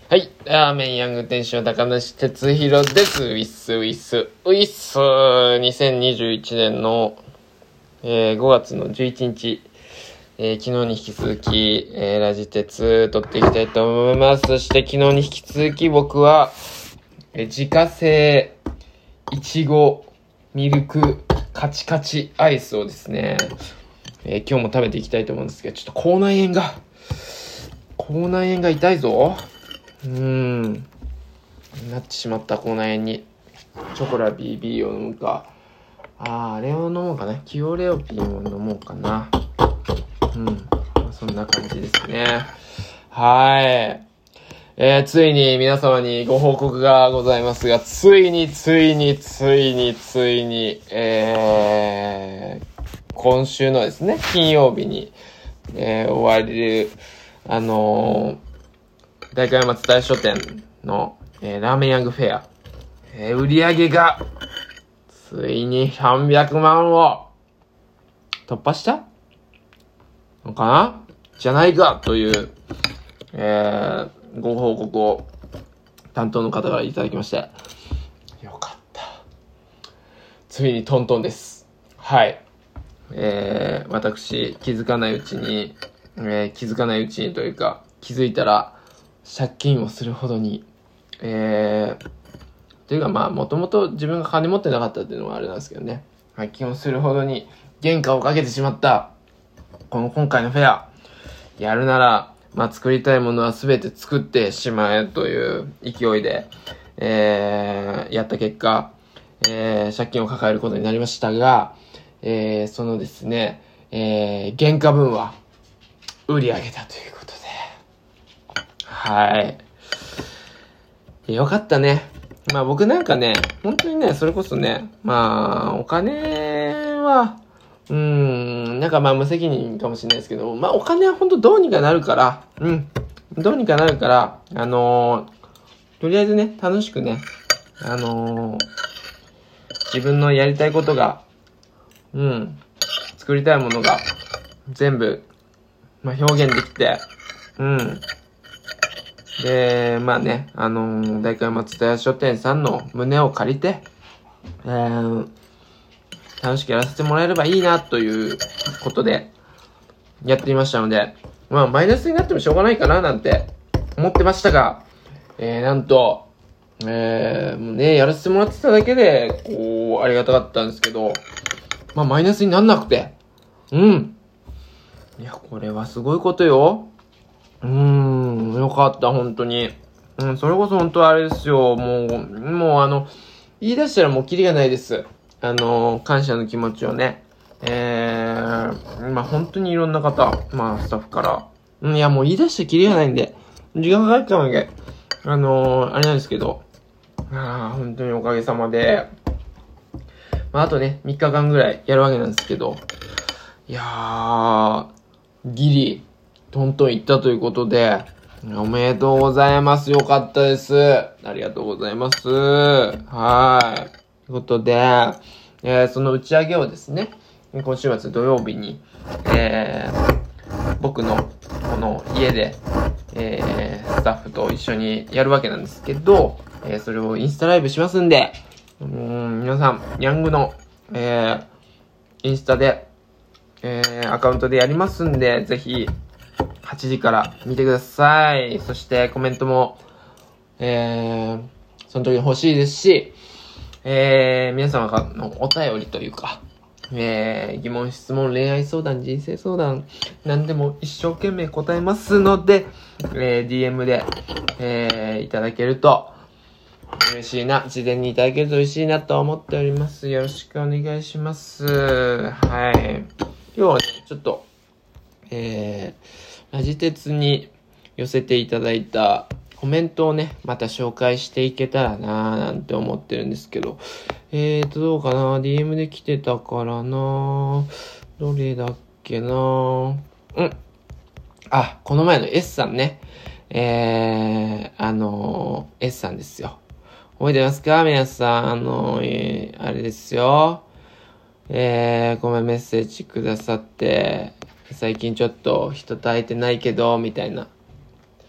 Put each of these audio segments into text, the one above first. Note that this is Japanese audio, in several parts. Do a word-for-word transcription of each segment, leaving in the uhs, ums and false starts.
はい。ラーメンヤング店主の高梨哲弘です。ウィス、ウィス、ウィス。にせんにじゅういちねんの、えー、ごがつのじゅういちにち、えー、昨日に引き続き、えー、ラジ鉄撮っていきたいと思います。そして昨日に引き続き僕は、えー、自家製いちごミルクカチカチアイスをですね、えー、今日も食べていきたいと思うんですけど、ちょっと口内炎が、口内炎が痛いぞ。うーん。なってしまった口内炎に。チョコラ ビービー を飲むか。あー、あれを飲もうかな。キオレオピンを飲もうかな。うん。まあ、そんな感じですね。はい。えー、ついに皆様にご報告がございますが、ついについについについに、えー、今週のですね、金曜日に、えー、終わる、あのー、代官山津田屋書店の、えー、ラーメンヤングフェア、えー、売り上げがついにさんびゃくまんを突破したのかなじゃないかという、えー、ご報告を担当の方からいただきまして、よかった。ついにトントンです。はい。えー、私気づかないうちに、えー、気づかないうちにというか気づいたら借金をするほどに、えー、というかまあもともと自分が金持ってなかったっていうのはあれなんですけどね、借金をするほどに原価をかけてしまったこの今回のフェア、やるならまあ作りたいものは全て作ってしまえという勢いで、えー、やった結果、えー、借金を抱えることになりましたが、えー、そのですね、えー、原価分は売り上げたということで、はい。よかったね。まあ僕なんかね、本当にね、それこそね、まあお金は、うーん、なんかまあ無責任かもしれないですけど、まあお金は本当どうにかなるから、うん、どうにかなるから、あのー、とりあえずね、楽しくね、あのー、自分のやりたいことが、うん、作りたいものが全部、まあ表現できて、うん、で、まあね、あのー、代官山津田屋書店さんの胸を借りて、えー、楽しくやらせてもらえればいいなということでやってみましたので、まあマイナスになってもしょうがないかななんて思ってましたが、えー、なんと、えー、もうね、やらせてもらってただけで、こう、ありがたかったんですけど、まあマイナスになんなくて、うん。いや、これはすごいことよ。うーん、よかった、本当に。うん、それこそ本当はあれですよ、もう、もうあの、言い出したらもうキリがないです。あの、感謝の気持ちをね。えー、まあ本当にいろんな方、まあスタッフから。うん、いやもう言い出してキリがないんで、時間かかっちゃうんで、あのー、あれなんですけど、ああ、本当におかげさまで、まああとね、みっかかんぐらいやるわけなんですけど、いやー、ギリ、トントンいったということで、おめでとうございます。よかったです。ありがとうございます。はい。ということで、えー、その打ち上げをですね、今週末土曜日に、えー、僕のこの家で、えー、スタッフと一緒にやるわけなんですけど、えー、それをインスタライブしますんで、うーん、皆さん、ヤングの、えー、インスタで、えー、アカウントでやりますんで、ぜひ、はちじから見てください。そしてコメントも、えー、その時に欲しいですし、えー、皆様からのお便りというか、えー、疑問、質問、恋愛相談、人生相談、何でも一生懸命答えますので、えー、ディーエム で、えー、いただけると嬉しいな、事前にいただけると嬉しいなと思っております。よろしくお願いします。はい。今日はね、ちょっと、えー、ラジ鉄に寄せていただいたコメントをね、また紹介していけたらなーなんて思ってるんですけど、えーと、どうかな ?ディーエム で来てたからなどれだっけなうん。あ、この前の S さんね。えー、あのー、S さんですよ。覚えてますか皆さん、あのー、あれですよ。えー、ごめんメッセージくださって、最近ちょっと人と会えてないけど、みたいな。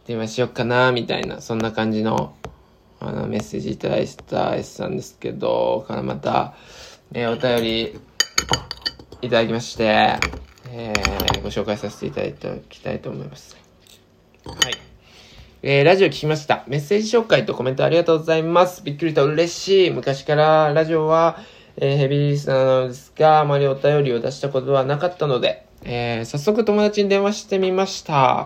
電話しよっかなみたいな、そんな感じのあのメッセージいただいた S さんですけど、からまた、えー、お便りいただきまして、えー、ご紹介させていただきたいと思います。はい。えー、ラジオ聞きました。メッセージ紹介とコメントありがとうございます。びっくりと嬉しい。昔からラジオは、えー、ヘビーリスナーなのですが、あまりお便りを出したことはなかったので、えー、早速友達に電話してみました。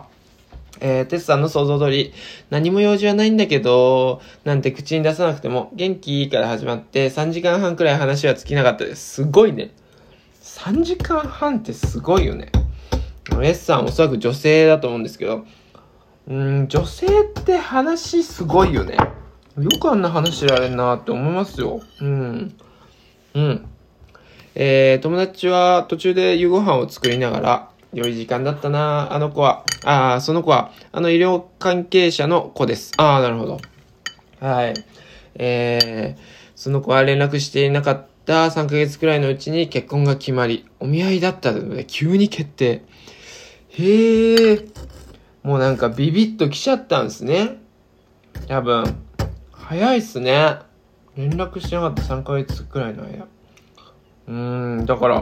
えー、テスさんの想像通り、何も用事はないんだけど、なんて口に出さなくても、元気から始まってさんじかんはんくらい話は尽きなかったです。すごいね。さんじかんはんってすごいよね。S さんおそらく女性だと思うんですけど、うーん、女性って話すごいよね。よくあんな話してられんなって思いますよ。うん。うん。えー、友達は途中で夕ご飯を作りながら、良い時間だったな、あの子は。ああ、その子は、あの医療関係者の子です。ああ、なるほど。はい。えー、その子は連絡していなかったさんかげつくらいのうちに結婚が決まり、お見合いだったので急に決定。へえ、もうなんかビビッと来ちゃったんですね。多分。早いっすね。連絡してなかったさんかげつくらいの間。うーん、だから、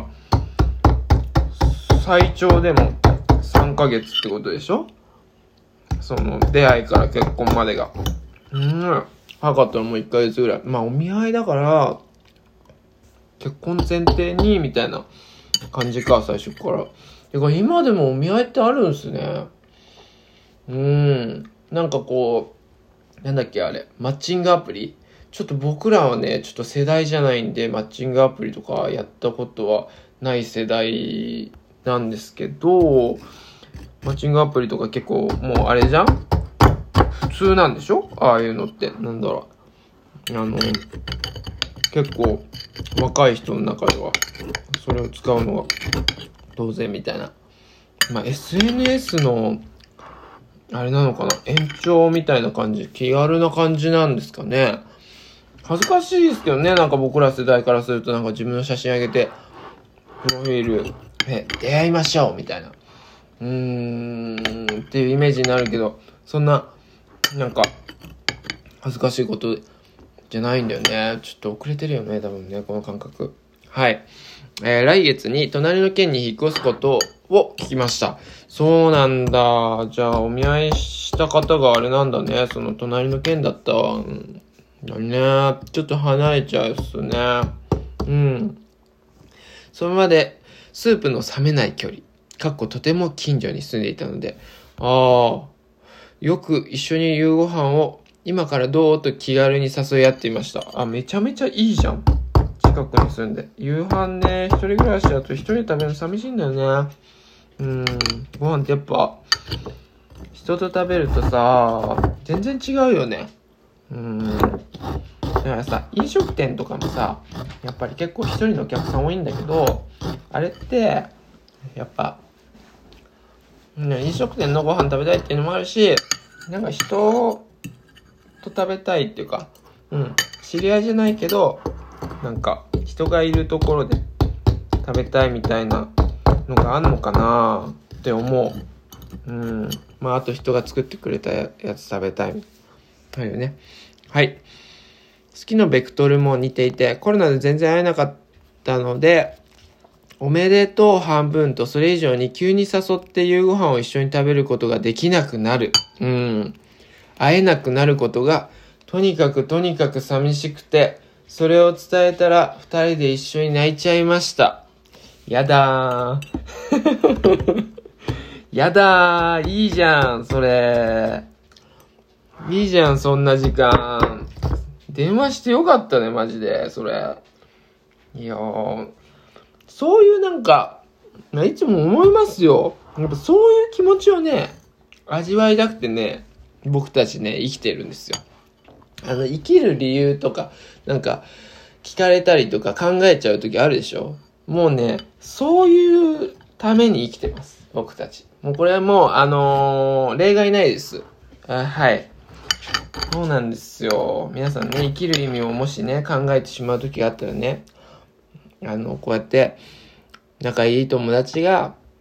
最長でもさんかげつってことでしょ？その出会いから結婚までが。うん。早かったらもういっかげつぐらい。まあお見合いだから、結婚前提にみたいな感じか、最初から。てか今でもお見合いってあるんすね。うーん。なんかこう、なんだっけあれ、マッチングアプリ？ちょっと僕らはね、ちょっと世代じゃないんで、マッチングアプリとかやったことはない世代なんですけど、マッチングアプリとか結構もうあれじゃん？普通なんでしょ？ああいうのって。なんだろう。あの、結構若い人の中ではそれを使うのが当然みたいな。まあ エスエヌエス のあれなのかな、延長みたいな感じ、気軽な感じなんですかね。恥ずかしいですけどね、なんか僕ら世代からするとなんか自分の写真上げて、プロフィール、え、出会いましょうみたいな。うーん、っていうイメージになるけど、そんな、なんか、恥ずかしいことじゃないんだよね。ちょっと遅れてるよね、多分ね、この感覚。はい。えー、来月に隣の県に引っ越すことを聞きました。そうなんだ。じゃあ、お見合いした方があれなんだね。その隣の県だったわ。うん、だね。ちょっと離れちゃうっすね。うん。それまで、スープの冷めない距離。かっことても近所に住んでいたので、ああ、よく一緒に夕ご飯を今からどうと気軽に誘い合っていました。あ、めちゃめちゃいいじゃん。近くに住んで。夕飯ね、一人暮らしだと一人で食べるの寂しいんだよね。うん、ご飯ってやっぱ、人と食べるとさ、全然違うよね。うん。だからさ、飲食店とかもさ、やっぱり結構一人のお客さん多いんだけど、あれって、やっぱ、飲食店のご飯食べたいっていうのもあるし、なんか人と食べたいっていうか、うん、知り合いじゃないけど、なんか人がいるところで食べたいみたいなのがあんのかなって思う。うん、まああと人が作ってくれたやつ食べたい。はいよね。はい。好きのベクトルも似ていて、コロナで全然会えなかったので、おめでとう半分とそれ以上に急に誘って夕ご飯を一緒に食べることができなくなる。うん。会えなくなることがとにかくとにかく寂しくて、それを伝えたら二人で一緒に泣いちゃいました。やだー。やだー。いいじゃん、それ。いいじゃん、そんな時間。電話してよかったね、マジで、それ。いやー。そういうなんか、いつも思いますよ。やっぱそういう気持ちをね、味わいたくてね、僕たちね、生きてるんですよ。あの、生きる理由とか、なんか、聞かれたりとか考えちゃうときあるでしょ？もうね、そういうために生きてます。僕たち。もうこれはもう、あのー、例外ないです。あ、はい。そうなんですよ。皆さんね、生きる意味をもしね、考えてしまうときがあったらね、あの、こうやって、仲いい友達が、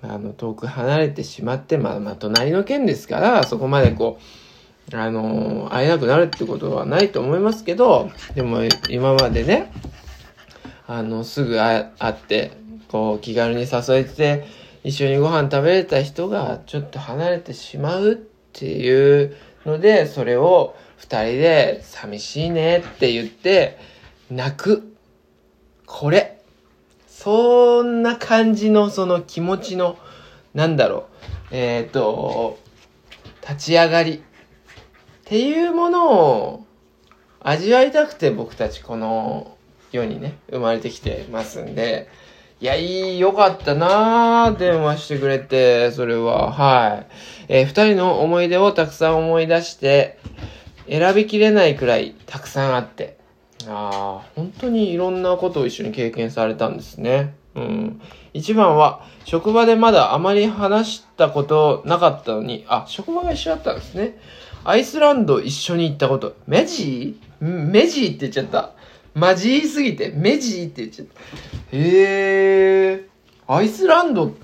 あの、遠く離れてしまって、まあまあ隣の県ですから、そこまでこう、あのー、会えなくなるってことはないと思いますけど、でも今までね、あの、すぐ会って、こう、気軽に誘えて、一緒にご飯食べれた人がちょっと離れてしまうっていうので、それを二人で寂しいねって言って泣く。これ。そんな感じのその気持ちの、なんだろう、えっと、立ち上がりっていうものを味わいたくて僕たちこの世にね、生まれてきてますんで、いや、いい、よかったなぁ、電話してくれて、それは、はい。えー、二人の思い出をたくさん思い出して、選びきれないくらいたくさんあって、ああ、本当にいろんなことを一緒に経験されたんですね。うん。一番は、職場でまだあまり話したことなかったのに、あ、職場が一緒だったんですね。アイスランド一緒に行ったこと。メジーメジーって言っちゃった。マジーすぎて、メジーって言っちゃった。へー。アイスランドって、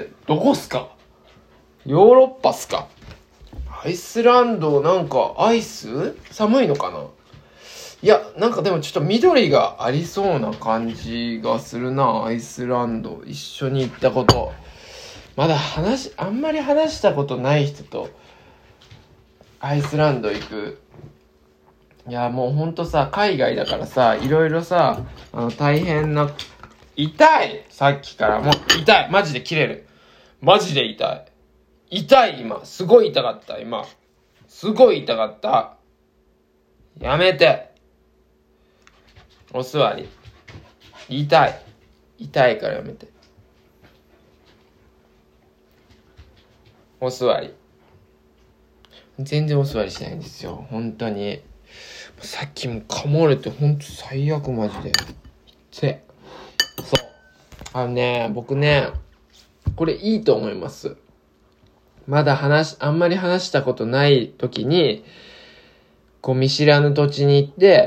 どこっすか？ヨーロッパっすか？アイスランドなんかアイス？寒いのかな？いや、なんかでもちょっと緑がありそうな感じがするな、アイスランド。一緒に行ったこと。まだ話、あんまり話したことない人と、アイスランド行く。いや、もうほんとさ、海外だからさ、いろいろさ、あの、大変な、痛い！さっきから。もう、痛い！マジで切れる。マジで痛い。痛い、今。すごい痛かった、今。すごい痛かった。やめて。お座り。痛い。痛いからやめて。お座り。全然お座りしないんですよ。本当に。さっきも噛まれてほんと最悪マジで。せ。そう。あのね、僕ね、これいいと思います。まだ話、あんまり話したことない時に、こう見知らぬ土地に行って、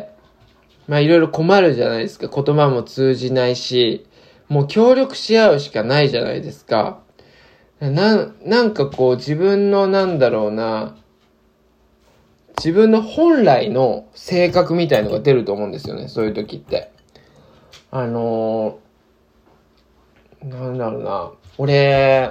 まあいろいろ困るじゃないですか。言葉も通じないし、もう協力し合うしかないじゃないですか。な、なんかこう自分のなんだろうな、自分の本来の性格みたいのが出ると思うんですよね。そういう時って。あのー、なんだろうな。俺、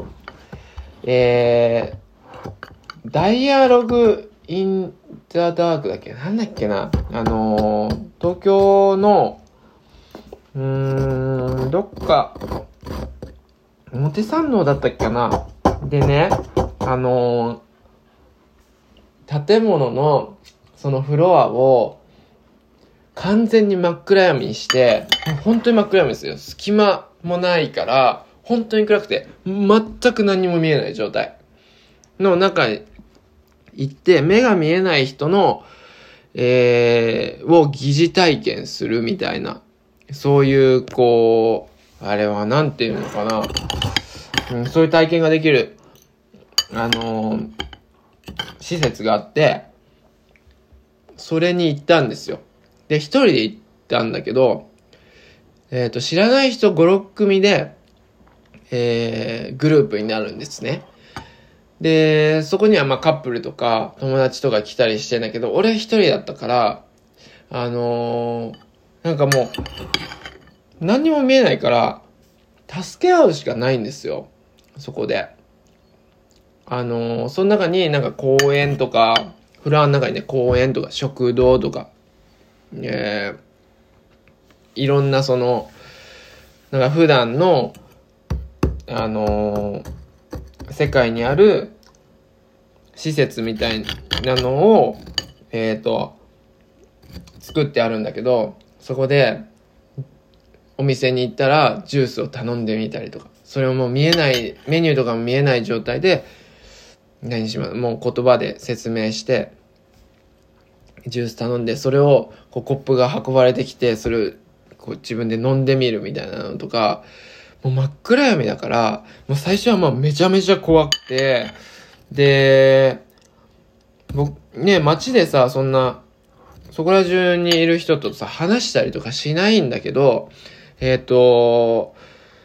えー、ダイアログインザダークだっけ？なんだっけな。あのー、東京の、うーん、どっか、表参道だったっけな。でね、あのー、建物の、そのフロアを、完全に真っ暗闇にして、本当に真っ暗闇ですよ。隙間もないから、本当に暗くて、全く何も見えない状態の中に行って、目が見えない人の、えー、を疑似体験するみたいな、そういう、こう、あれはなんていうのかな、うん、そういう体験ができる、あのー、施設があって、それに行ったんですよ。で、一人で行ったんだけど、えっと、知らない人ご、ろく組で、えー、グループになるんですね。で、そこにはまあカップルとか友達とか来たりしてんだけど、俺一人だったから、あのー、なんかもう、何にも見えないから、助け合うしかないんですよ。そこで。あのー、その中になんか公園とか、フロアの中にね、公園とか食堂とか、えー、いろんなその、なんか普段の、あのー、世界にある施設みたいなのを、えっと、作ってあるんだけど、そこで、お店に行ったらジュースを頼んでみたりとか、それをもう見えない、メニューとかも見えない状態で、何しま、もう言葉で説明して、ジュース頼んで、それをこうコップが運ばれてきて、それをこう自分で飲んでみるみたいなのとか、もう真っ暗闇だから、もう最初はまあめちゃめちゃ怖くて、で、僕、ね、街でさ、そんな、そこら中にいる人とさ、話したりとかしないんだけど、えっと、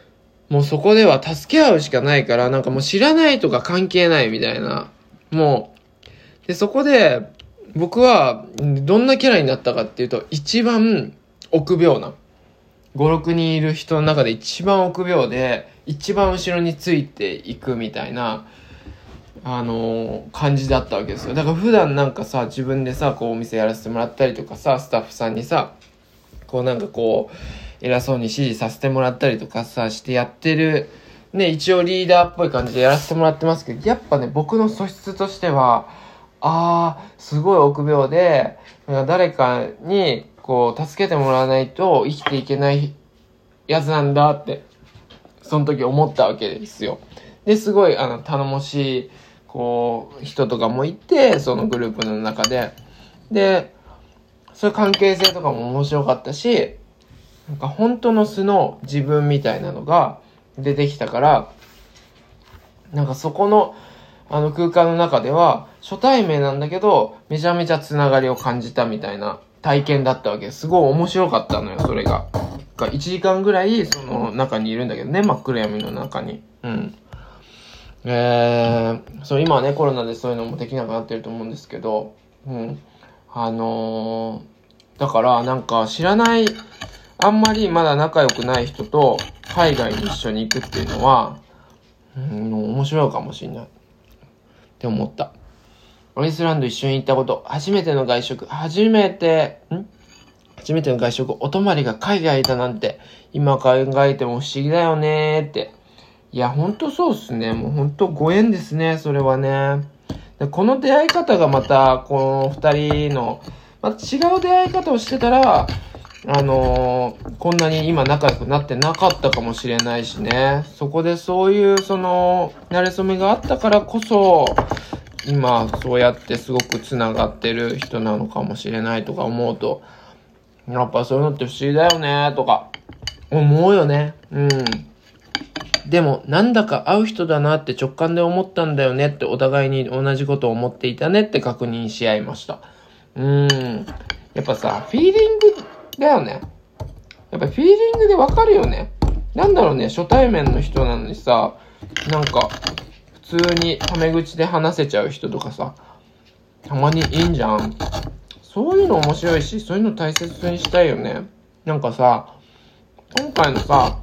もうそこでは助け合うしかないから、なんかもう知らないとか関係ないみたいな。もう、で、そこで、僕は、どんなキャラになったかっていうと、一番臆病な。ご、ろくにんいる人の中で一番臆病で、一番後ろについていくみたいな、あのー、感じだったわけですよ。だから普段なんかさ、自分でさ、こうお店やらせてもらったりとかさ、スタッフさんにさ、こうなんかこう、偉そうに指示させてもらったりとかさ、してやってる、ね、一応リーダーっぽい感じでやらせてもらってますけど、やっぱね、僕の素質としては、あー、すごい臆病で、誰かに、こう、助けてもらわないと生きていけないやつなんだって、その時思ったわけですよ。で、すごい、あの、頼もしい、こう、人とかもいて、そのグループの中で。で、そういう関係性とかも面白かったし、なんか本当の素の自分みたいなのが出てきたから、なんかそこの、あの空間の中では、初対面なんだけど、めちゃめちゃつながりを感じたみたいな体験だったわけです。すごい面白かったのよ、それが。いちじかんぐらい、その中にいるんだけどね、真っ暗闇の中に。うん。えー、そう、今はね、コロナでそういうのもできなくなってると思うんですけど、うん。あのー、だから、なんか知らない、あんまりまだ仲良くない人と海外に一緒に行くっていうのは、うん、面白いかもしれない。って思った。アイスランド一緒に行ったこと、初めての外食、初めて、ん初めての外食、お泊まりが海外いたなんて、今考えても不思議だよねーって。いや、ほんとそうっすね。もうほんとご縁ですね、それはね。でこの出会い方がまた、この二人の、また違う出会い方をしてたら、あのー、こんなに今仲良くなってなかったかもしれないしね。そこでそういう、その、馴れ初めがあったからこそ、今、そうやってすごく繋がってる人なのかもしれないとか思うと、やっぱそういうのって不思議だよね、とか、思うよね。うん。でも、なんだか会う人だなって直感で思ったんだよねってお互いに同じことを思っていたねって確認し合いました。うーん。やっぱさ、フィーリングだよね。やっぱフィーリングでわかるよね。なんだろうね、初対面の人なのにさ、なんか、普通にタメ口で話せちゃう人とかさ、たまにいいんじゃん。そういうの面白いし、そういうの大切にしたいよね。なんかさ、今回のさ、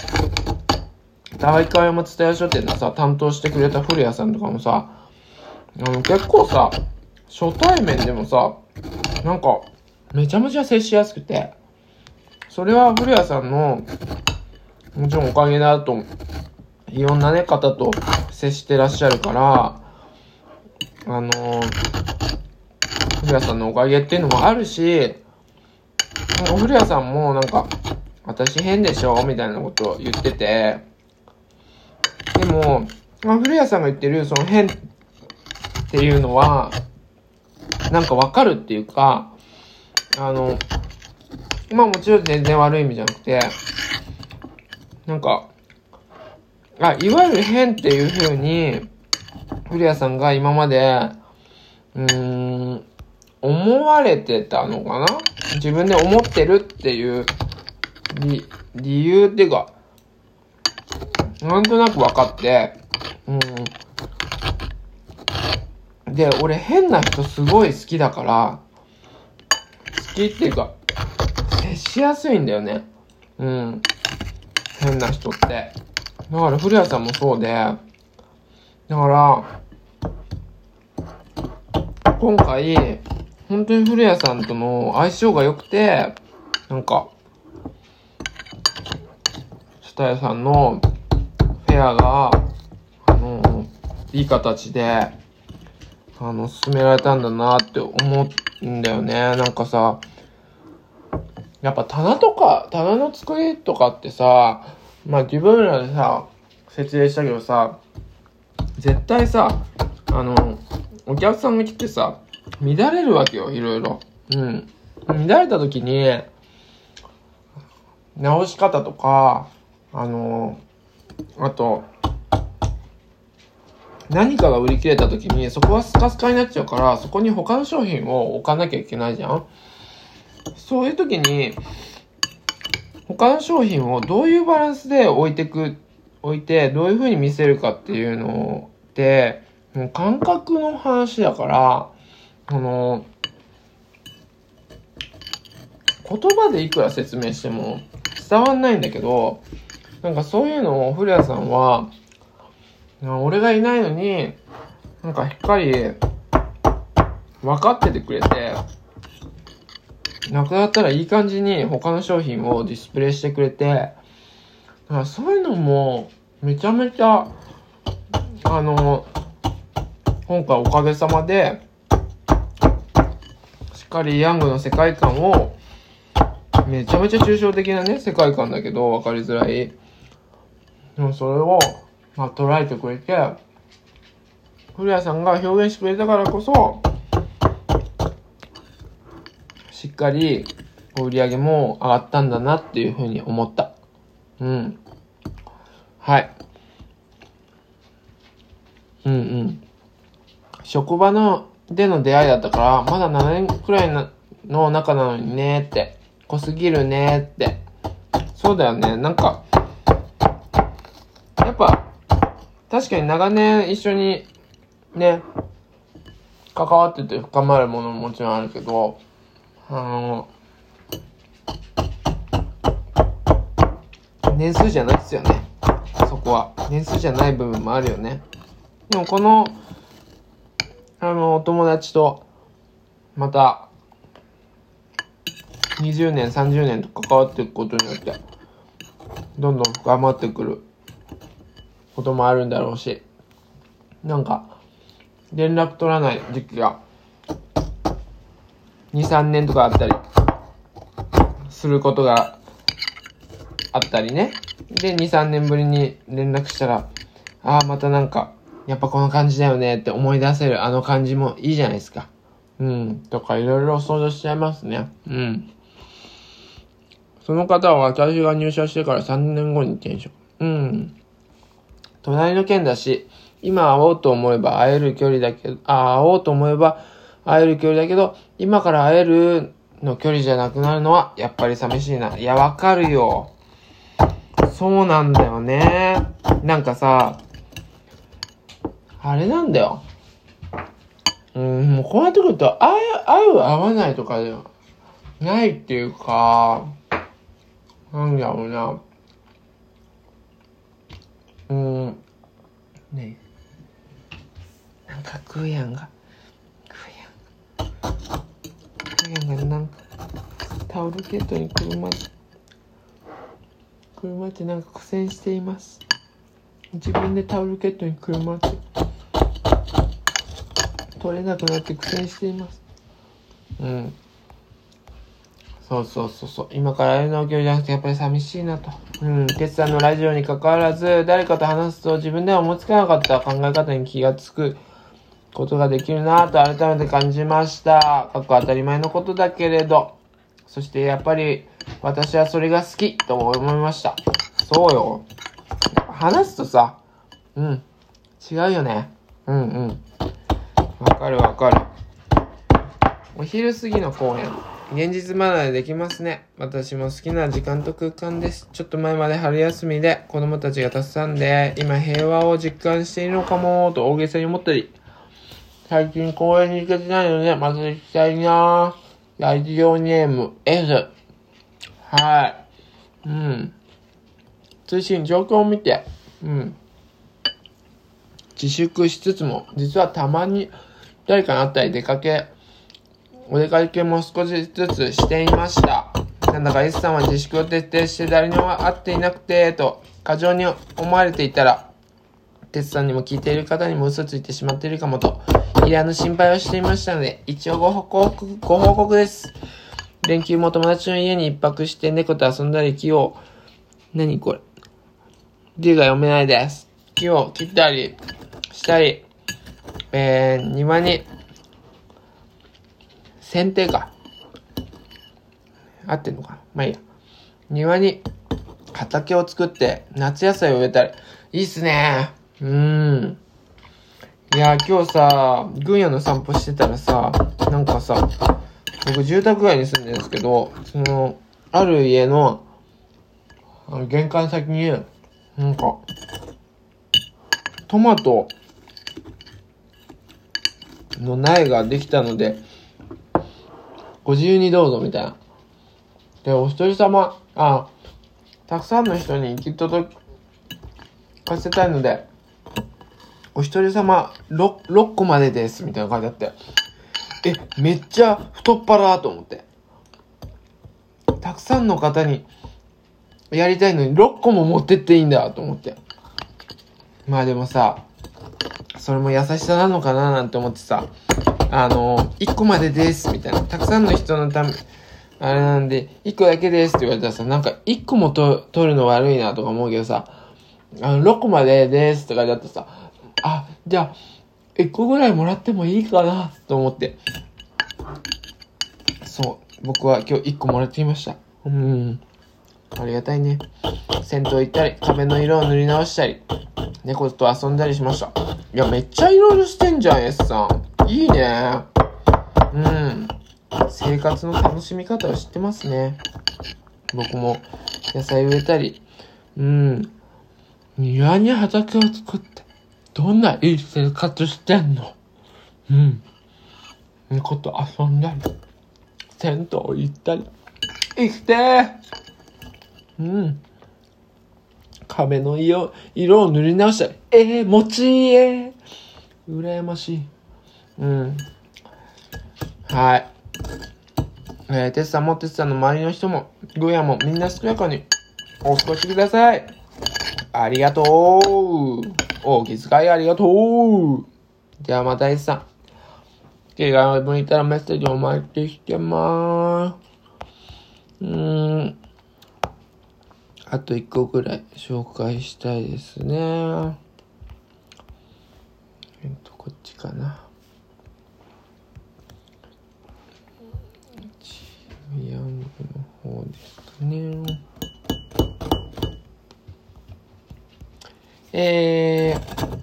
大会山蔦屋書店のさ、担当してくれた古谷さんとかもさ、あの結構さ、初対面でもさ、なんか、めちゃめちゃ接しやすくて、それは古谷さんの、もちろんおかげだと、いろんなね、方と接してらっしゃるから、あのー、古谷さんのおかげっていうのもあるし、古谷さんもなんか、私変でしょみたいなことを言ってて、でも、まあ、古谷さんが言ってるその変っていうのは、なんかわかるっていうか、あの、まあもちろん全然悪い意味じゃなくて、なんか、あ、いわゆる変っていう風に、古谷さんが今まで、うーん、思われてたのかな？自分で思ってるっていう理、理由っていうか、なんとなく分かって、うん。で、俺変な人すごい好きだから、好きっていうか、接しやすいんだよね。うん。変な人って。だから古谷さんもそうで、だから、今回、本当に古谷さんとの相性が良くて、なんか、蔦屋さんのフェアが、あの、いい形で、あの、進められたんだなって思うんだよね。なんかさ、やっぱ棚とか、棚の作りとかってさ、まあ自分らでさ、説明したけどさ、絶対さ、あの、お客さんが来てさ、乱れるわけよ、いろいろ。うん。乱れた時に、直し方とか、あの、あと、何かが売り切れた時に、そこはスカスカになっちゃうから、そこに他の商品を置かなきゃいけないじゃん。そういう時に、他の商品をどういうバランスで置いてく置いてどういう風に見せるかっていうのってもう感覚の話だから、あの言葉でいくら説明しても伝わんないんだけど、なんかそういうのを古谷さんは俺がいないのになんかしっかり分かっててくれて、なくなったらいい感じに他の商品をディスプレイしてくれて、だからそういうのもめちゃめちゃあの今回おかげさまでしっかりヤングの世界観を、めちゃめちゃ抽象的なね世界観だけど分かりづらい、でもそれをまあ捉えてくれて、古谷さんが表現してくれたからこそしっかり売り上げも上がったんだなっていうふうに思った。うん。はい。うんうん。職場のでの出会いだったから、まだななねんくらいの中なのにねって、濃すぎるねって。そうだよね。なんか、やっぱ、確かに長年一緒にね、関わってて深まるものももちろんあるけど、あの、年数じゃないっすよね。そこは。年数じゃない部分もあるよね。でもこの、あの、お友達と、また、にじゅうねん、さんじゅうねんと関わっていくことによって、どんどん深まってくることもあるんだろうし、なんか、連絡取らない時期が、に、さんねんとかあったり、することがあったりね。で、に、さんねんぶりに連絡したら、ああ、またなんか、やっぱこの感じだよねって思い出せるあの感じもいいじゃないですか。うん。とかいろいろ想像しちゃいますね。うん。その方は私が入社してからさんねんごに転職。うん。隣の県だし、今会おうと思えば会える距離だけど、あ、会おうと思えば会える距離だけど、今から会えるの距離じゃなくなるのはやっぱり寂しいな。いや、わかるよ。そうなんだよね。なんかさ、あれなんだよ。うん、もうこうなってくると、会う、会う、会わないとかではないっていうか、なんだろうな。うん、ねえ。なんか、グーヤンが、グーヤンが、グーヤンがなんか、タオルケットに車で、車ってなんか苦戦しています。自分でタオルケットに車って取れなくなって苦戦しています。うん。そうそうそうそう。今から会えるの距離じゃなくてやっぱり寂しいなと。うん。決算のラジオに関わらず、誰かと話すと自分では思いつかなかった考え方に気がつくことができるなと改めて感じました。かっこ当たり前のことだけれど。そしてやっぱり私はそれが好きと思いました。そうよ。話すとさ、うん。違うよね。うんうん。わかるわかる。お昼過ぎの公演。現実離れできますね。私も好きな時間と空間です。ちょっと前まで春休みで子供たちがたくさんで、今平和を実感しているのかもと大げさに思ったり、最近公園に行けてないので、また行きたいなぁ。ラジオネーム S。はい。うん。通信状況を見て、うん。自粛しつつも、実はたまに誰かに会ったり出かけ、お出かけも少しずつしていました。なんだか S さんは自粛を徹底して誰にも会っていなくて、と過剰に思われていたら、テツさんにも聞いている方にも嘘ついてしまっているかもと、いらぬ心配をしていましたので、一応ご報告、ご報告です。連休も友達の家に一泊して猫と遊んだり、木を、何これ。字が読めないです。木を切ったり、したり、えー、庭に、剪定か。合ってんのかな、まあいいや。庭に畑を作って夏野菜を植えたり。いいっすね。うーん。いや、今日さ、群馬の散歩してたらさ、なんかさ、僕住宅街に住んでるんですけど、その、ある家の、あの玄関先に、 なんか、トマトの苗ができたので、ご自由にどうぞみたいな。で、お一人様、あ、たくさんの人に行き届かせたいので、お一人様 6, ろっこまでですみたいな感じだって、え、めっちゃ太っ腹と思って、たくさんの方にやりたいのにろっこも持ってっていいんだと思って、まあでもさ、それも優しさなのかななんて思ってさ、あのいっこまでですみたいな、たくさんの人のためあれなんでいっこだけですって言われたらさ、なんかいっこもと取るの悪いなとか思うけどさ、あのろっこまでですとかだとさ、あ、じゃあいっこぐらいもらってもいいかなと思って、そう僕は今日いっこもらってきました。うん、ありがたいね。銭湯行ったり壁の色を塗り直したり猫と遊んだりしました。いや、めっちゃいろいろしてんじゃん S さん、いいね。うん、生活の楽しみ方を知ってますね。僕も野菜植えたり、うん、庭に畑を作ってどんないい生活してんの。うん、猫と遊んだり銭湯行ったり、生きてー。うん、壁の色色を塗り直したり、えー、もちいえー、羨ましい。うん、はい。えー、テツさんもテツさんの周りの人もゴーヤもみんな健やかにお過ごしください。ありがとう。お気遣いありがとう。じゃあまた S さん、気が向いたらメッセージお待ちしてまーす。うーん、あといっこぐらい紹介したいですね。えっとこっちかな。ヤングの方ですね。えー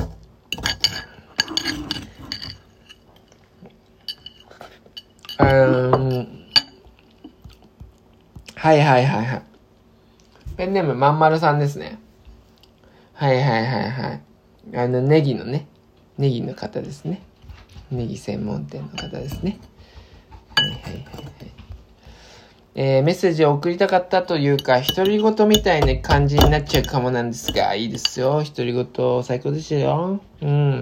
あーはいはいはいはい。ペンネームまんまるさんですね。はいはいはいはい。あのネギのね、ネギの方ですね。ネギ専門店の方ですね。はいはいはいはい。えー、メッセージを送りたかったというか、独り言みたいな感じになっちゃうかもなんですが、いいですよ。独り言最高ですよ。うん。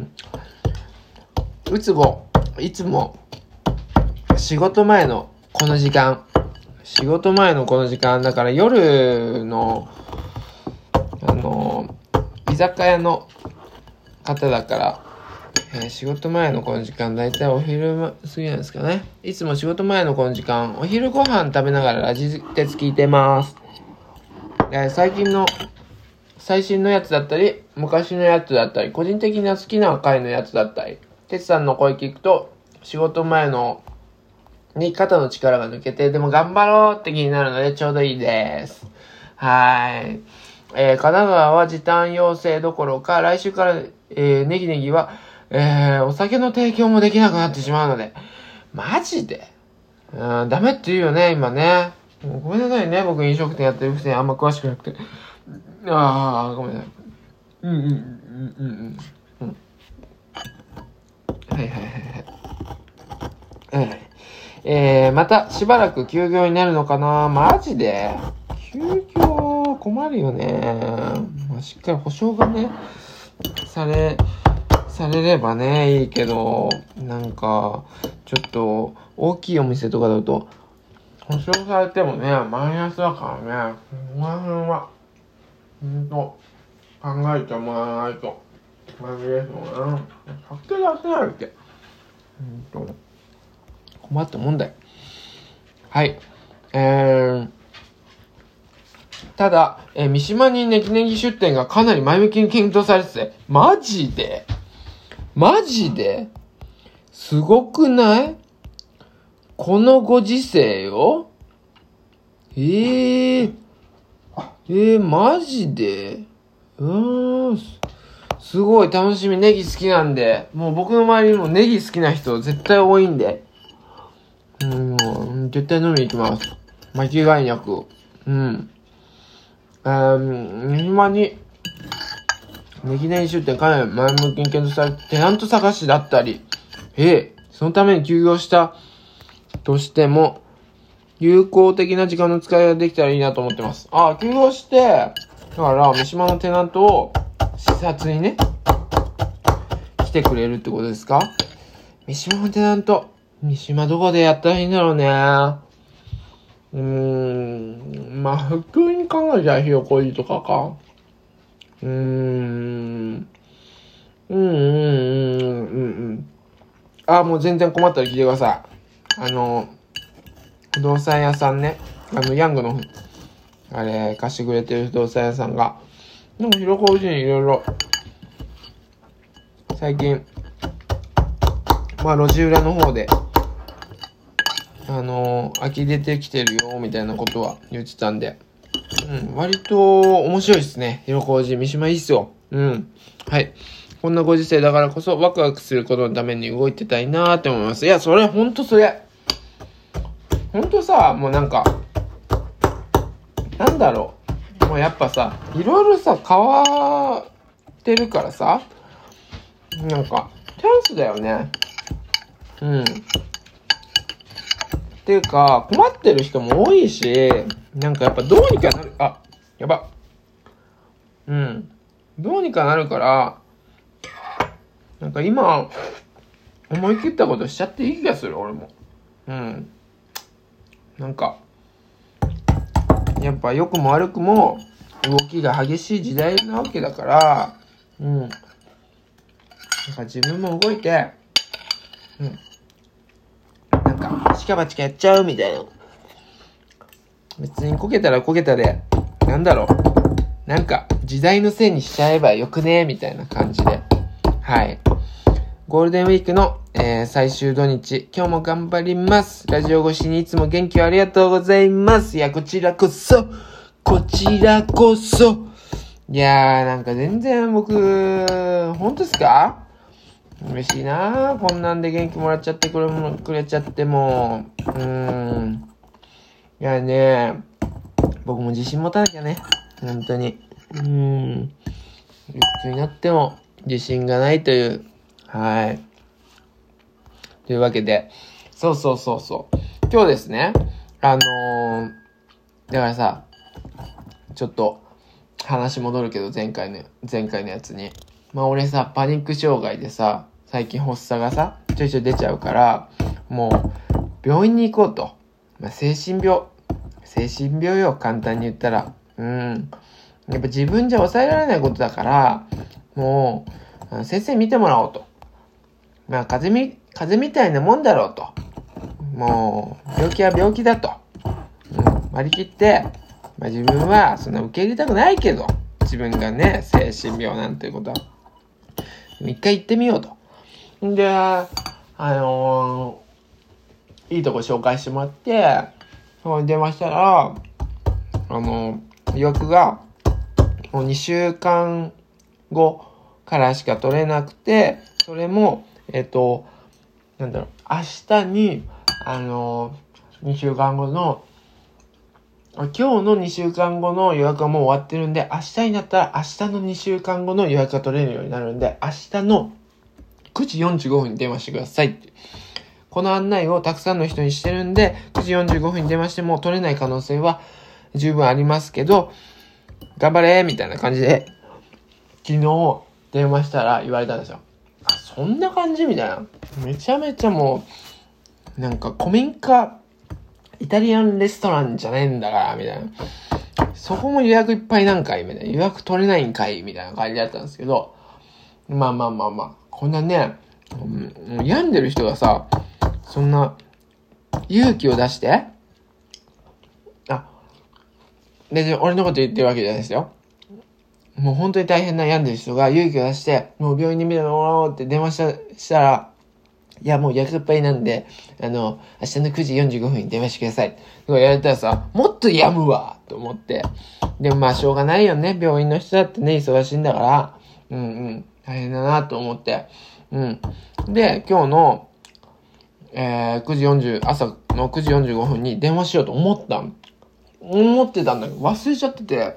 うつご、いつも仕事前のこの時間、仕事前のこの時間だから夜のあの居酒屋の方だから、えー、仕事前のこの時間、だいたいお昼過ぎなんですかね。いつも仕事前のこの時間、お昼ご飯食べながらラジ鉄聞いてます。えー、最近の最新のやつだったり、昔のやつだったり、個人的な好きな回のやつだったり、鉄さんの声聞くと仕事前のに肩の力が抜けて、でも頑張ろうって気になるのでちょうどいいです。はい。えー、神奈川は時短要請どころか、来週から、えー、ネギネギは、えー、お酒の提供もできなくなってしまうので、マジでうん、ダメって言うよね、今ね。ごめんなさいね、僕飲食店やってるくせにあんま詳しくなくて。ああ、ごめんなさい。うんうんうんうんうん。はいはいはいはい。はい。えー、またしばらく休業になるのかな。マジで休業困るよね。まあ、しっかり保証がねされされればねいいけど、なんかちょっと大きいお店とかだと保証されてもねマイナスだからね。この辺はほんと考えてもらわないとマジですよね。酒出せないってほんと困ったもんだよ。はい。えー、ただ、えー、三島にネギネギ出店がかなり前向きに検討されてて、マジでマジですごくない？このご時世よ。えー、えー、マジでうーん、すごい楽しみ。ネギ好きなんで、もう僕の周りにもネギ好きな人絶対多いんで、うん、絶対飲みに行きます。間違いなく。うん。 えー、三島に、歴年出店かなり前向きに検討されて、テナント探しだったり、ええ、そのために休業したとしても、有効的な時間の使いができたらいいなと思ってます。あ、休業して、だから、三島のテナントを視察にね、来てくれるってことですか？三島のテナント。三島どこでやったらいいんだろうね。うーん。まあ、普通に考えたらひよこいとかか。うーん。うんうんうんうんうん。あ、もう全然困ったら聞いてください。あの、不動産屋さんね。あの、ヤングの、あれ、貸してくれてる不動産屋さんが。でも、ひろこうちにいろいろ、最近、まあ、路地裏の方で、あのー、空き出てきてるよ、みたいなことは言ってたんで、うん、割と面白いですね。ひろこうじ、三島いいっすよ。うん。はい。こんなご時世だからこそワクワクすることのために動いてたいなーって思います。いや、それ、ほんとそれ。ほんとさ、もうなんか、なんだろう。もうやっぱさ、いろいろさ、変わってるからさ、なんか、チャンスだよね。うん。っていうか、困ってる人も多いし、なんかやっぱどうにかなる、あ、やば。うん。どうにかなるから、なんか今、思い切ったことしちゃっていい気がする、俺も。うん。なんか、やっぱ良くも悪くも、動きが激しい時代なわけだから、うん。なんか自分も動いて、うん。なんか、シカバチカやっちゃうみたいな。別にこけたらこけたで、なんだろう。なんか、時代のせいにしちゃえばよくねみたいな感じで。はい。ゴールデンウィークの、えー、最終土日、今日も頑張ります。ラジオ越しにいつも元気をありがとうございます。いや、こちらこそ、こちらこそ。いやー、なんか全然僕、本当ですか？嬉しいなー。こんなんで元気もらっちゃってくれも、くれちゃっても、うーん。いやね、僕も自信持たなきゃね。本当に。うーん。いくつになっても自信がないという。はい。というわけで、そうそうそうそう。今日ですね、あのー、だからさ、ちょっと話戻るけど前回の、前回のやつに。まあ俺さ、パニック障害でさ、最近発作がさ、ちょいちょい出ちゃうから、もう、病院に行こうと。まあ、精神病。精神病よ、簡単に言ったら。うん。やっぱ自分じゃ抑えられないことだから、もう、先生見てもらおうと。まあ、風邪み、風邪みたいなもんだろうと。もう、病気は病気だと。うん、割り切って、まあ自分はそんな受け入れたくないけど、自分がね、精神病なんていうことは。一回行ってみようと。んで、あのー、いいとこ紹介してもらって、それ電話したら、あのー、予約が、もうにしゅうかんごからしか取れなくて、それも、えっと、なんだろう、明日に、あのー、にしゅうかんごの、今日のにしゅうかんごの予約はもう終わってるんで、明日になったら明日のにしゅうかんごの予約が取れるようになるんで、明日のくじよんじゅうごふんに電話してくださいって。この案内をたくさんの人にしてるんで、くじよんじゅうごふんに電話しても取れない可能性は十分ありますけど、頑張れみたいな感じで、昨日電話したら言われたんですよ。あ、そんな感じみたいな。めちゃめちゃもう、なんか古民家、イタリアンレストランじゃないんだから、みたいな。そこも予約いっぱいなんかいみたいな。予約取れないんかいみたいな感じだったんですけど、まあまあまあまあ、こんなね、もう病んでる人がさ、そんな勇気を出して、あ、で、俺のこと言ってるわけじゃないですよ。もう本当に大変な病んでる人が勇気を出して、もう病院に見てもらおうって電話したしたら、いやもう予約いっぱいなんで、あの、明日のくじよんじゅうごふんに電話してください。とか言われたらさ、もっと病むわと思って。でもまあしょうがないよね。病院の人だってね、忙しいんだから。うんうん。大変だなと思って。うん。で、今日の、えー、くじよんじゅう、朝のくじよんじゅうごふんに電話しようと思ったん。思ってたんだけど、忘れちゃってて。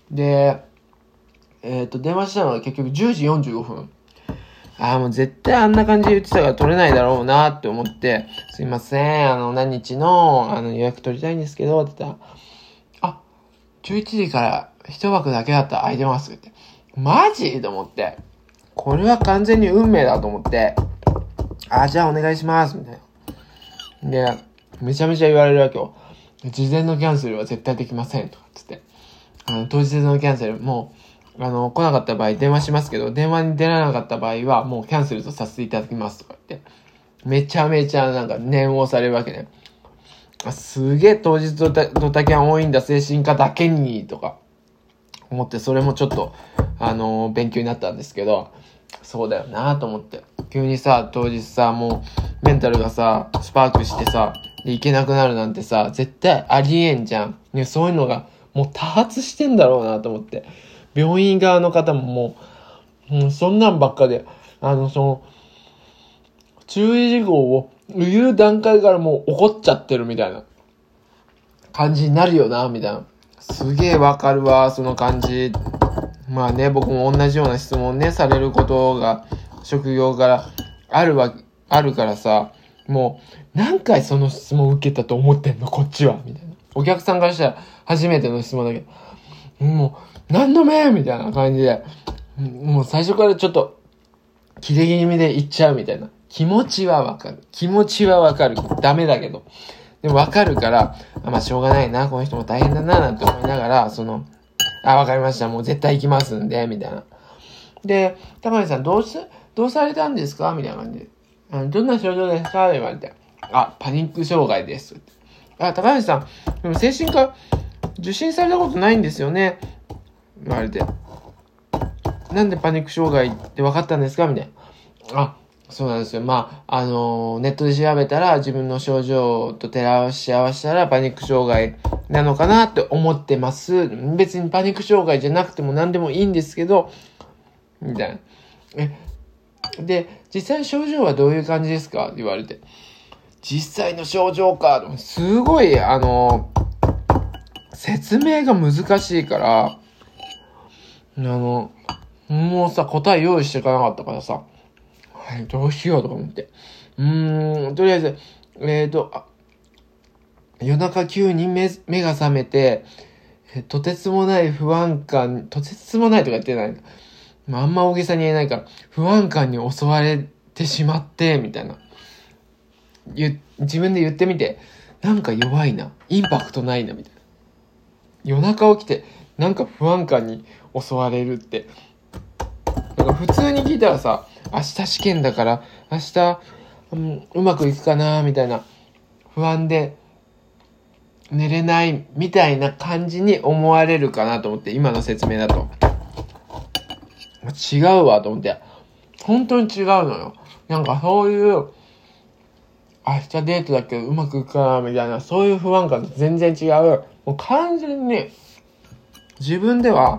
で、えっと、電話したのが結局じゅうじよんじゅうごふん。ああ、もう絶対あんな感じで言ってたから取れないだろうなって思って、すいません、あの、何日の、あの、予約取りたいんですけど、って言ったら、あ、じゅういちじから一枠だけだったら空いてますって。マジと思って。これは完全に運命だと思って、あ、じゃあお願いします、みたいな。で、めちゃめちゃ言われるわけよ。事前のキャンセルは絶対できません、とかつって。あの、当日のキャンセル、もう、あの、来なかった場合電話しますけど、電話に出られなかった場合は、もうキャンセルとさせていただきます、とか言って。めちゃめちゃなんか念を押されるわけね。あ、すげえ当日ドタ、ドタキャン多いんだ、精神科だけに、とか、思って、それもちょっと、あのー、勉強になったんですけど、そうだよなと思って。急にさ、当日さ、もう、メンタルがさ、スパークしてさ、で、行けなくなるなんてさ、絶対ありえんじゃん。ね、そういうのが、もう多発してんだろうなと思って。病院側の方ももう、もうそんなんばっかで、あの、その、注意事項を言う段階からもう怒っちゃってるみたいな感じになるよな、みたいな。すげえわかるわ、その感じ。まあね、僕も同じような質問ね、されることが、職業からあるわ、あるからさ、もう、何回その質問受けたと思ってんの、こっちは、みたいな。お客さんからしたら、初めての質問だけど、もう、何度目みたいな感じで、もう最初からちょっと、切れ気味で言っちゃうみたいな。気持ちはわかる。気持ちはわかる。ダメだけど。でもわかるから、あ、まあしょうがないな、この人も大変だな、なんて思いながら、その、あ、わかりました、もう絶対行きますんで、みたいな。で、高橋さん、どうし、どうされたんですかみたいな感じで。あのどんな症状ですか言われて。あ、パニック障害です。あ、高橋さん、でも精神科受診されたことないんですよね言われて。なんでパニック障害って分かったんですかみたいな。あ、そうなんですよ。まあ、あのー、ネットで調べたら自分の症状と照らし合わせたらパニック障害なのかなって思ってます。別にパニック障害じゃなくても何でもいいんですけど、みたいな。え、で、実際の症状はどういう感じですかって言われて。実際の症状か。すごい、あのー、説明が難しいから、あの、もうさ、答え用意していかなかったからさ、はい、どうしようとか思って。うーん、とりあえず、えーと、あ夜中急に目目が覚めて、とてつもない不安感、とてつもないとか言ってない。まあ、あんま大げさに言えないから、不安感に襲われてしまって、みたいな。ゆ自分で言ってみて、なんか弱いな。インパクトないな、みたいな。夜中起きて、なんか不安感に襲われるって。なんか普通に聞いたらさ、明日試験だから、明日、うん、うまくいくかな、みたいな。不安で、寝れないみたいな感じに思われるかなと思って、今の説明だと。違うわと思って。本当に違うのよ。なんかそういう、明日デートだけどうまくいくかなみたいな、そういう不安感と全然違う。もう完全に、自分では、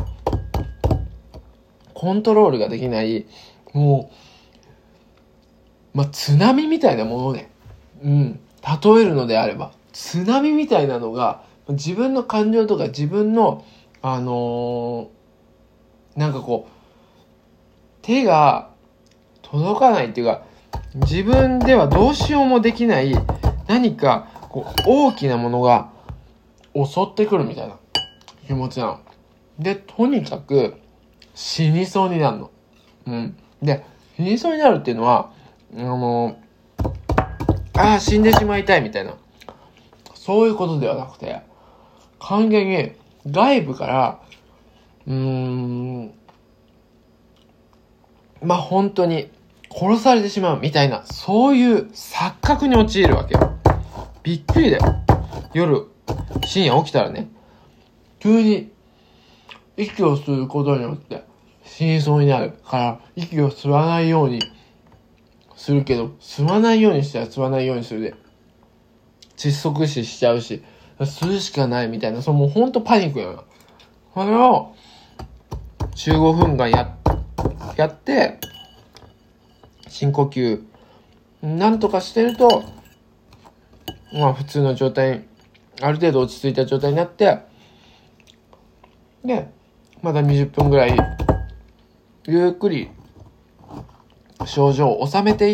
コントロールができない、もう、まあ、津波みたいなものね。うん。例えるのであれば。津波みたいなのが、自分の感情とか自分の、あのー、なんかこう、手が届かないっていうか、自分ではどうしようもできない何かこう大きなものが襲ってくるみたいな気持ちなの。で、とにかく死にそうになるの。うん。で、死にそうになるっていうのは、あのー、ああ、死んでしまいたいみたいな。そういうことではなくて、完全に外部から、うーん、まあ、本当に殺されてしまうみたいな、そういう錯覚に陥るわけよ。びっくりだよ。夜、深夜起きたらね、急に息を吸うことによって死にそうになるから、息を吸わないようにするけど、吸わないようにしたら吸わないようにするで、窒息死しちゃうし、吸うしかないみたいな、そのもうほんとパニックよ。これをじゅうごふんかんや、やって、深呼吸、なんとかしてると、まあ普通の状態、ある程度落ち着いた状態になって、 で、またにじゅっぷんぐらい、ゆっくり症状を収めていって、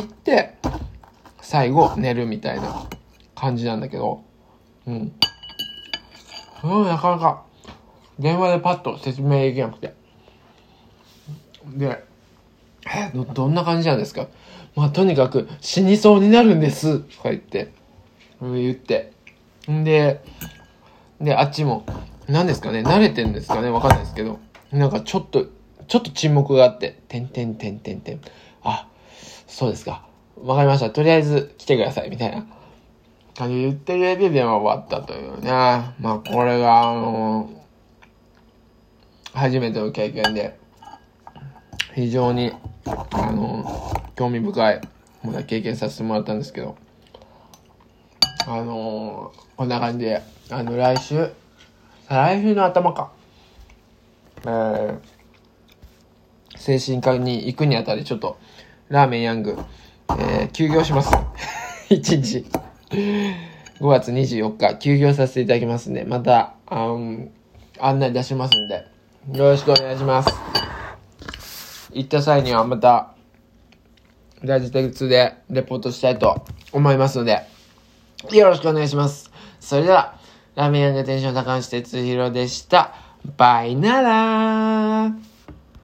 最後寝るみたいな感じなんだけど、うん。うん、なかなか電話でパッと説明できなくて。で、え、ど、どんな感じなんですか？まあ、とにかく死にそうになるんです、とか言って、言って。んで、で、あっちも、何ですかね、慣れてるんですかね、わかんないですけど、なんかちょっと、ちょっと沈黙があって、てんてんてんてんてん。あ、そうですか。わかりました。とりあえず来てください、みたいな感じで言ってくれて電話終わったというね。まあ、これが、あのー、初めての経験で、非常に、あのー、興味深い、まだ経験させてもらったんですけど、あのー、こんな感じで、あの、来週、再来週の頭か、えー、精神科に行くにあたり、ちょっと、ラーメンヤング、えー、休業します。一日。ごがつにじゅうよっか、休業させていただきますんで、また、あの案内出しますんで、よろしくお願いします。行った際にはまた、ラジテクでレポートしたいと思いますので、よろしくお願いします。それでは、ラーメンヤング店主の高橋哲弘でした。バイナラー。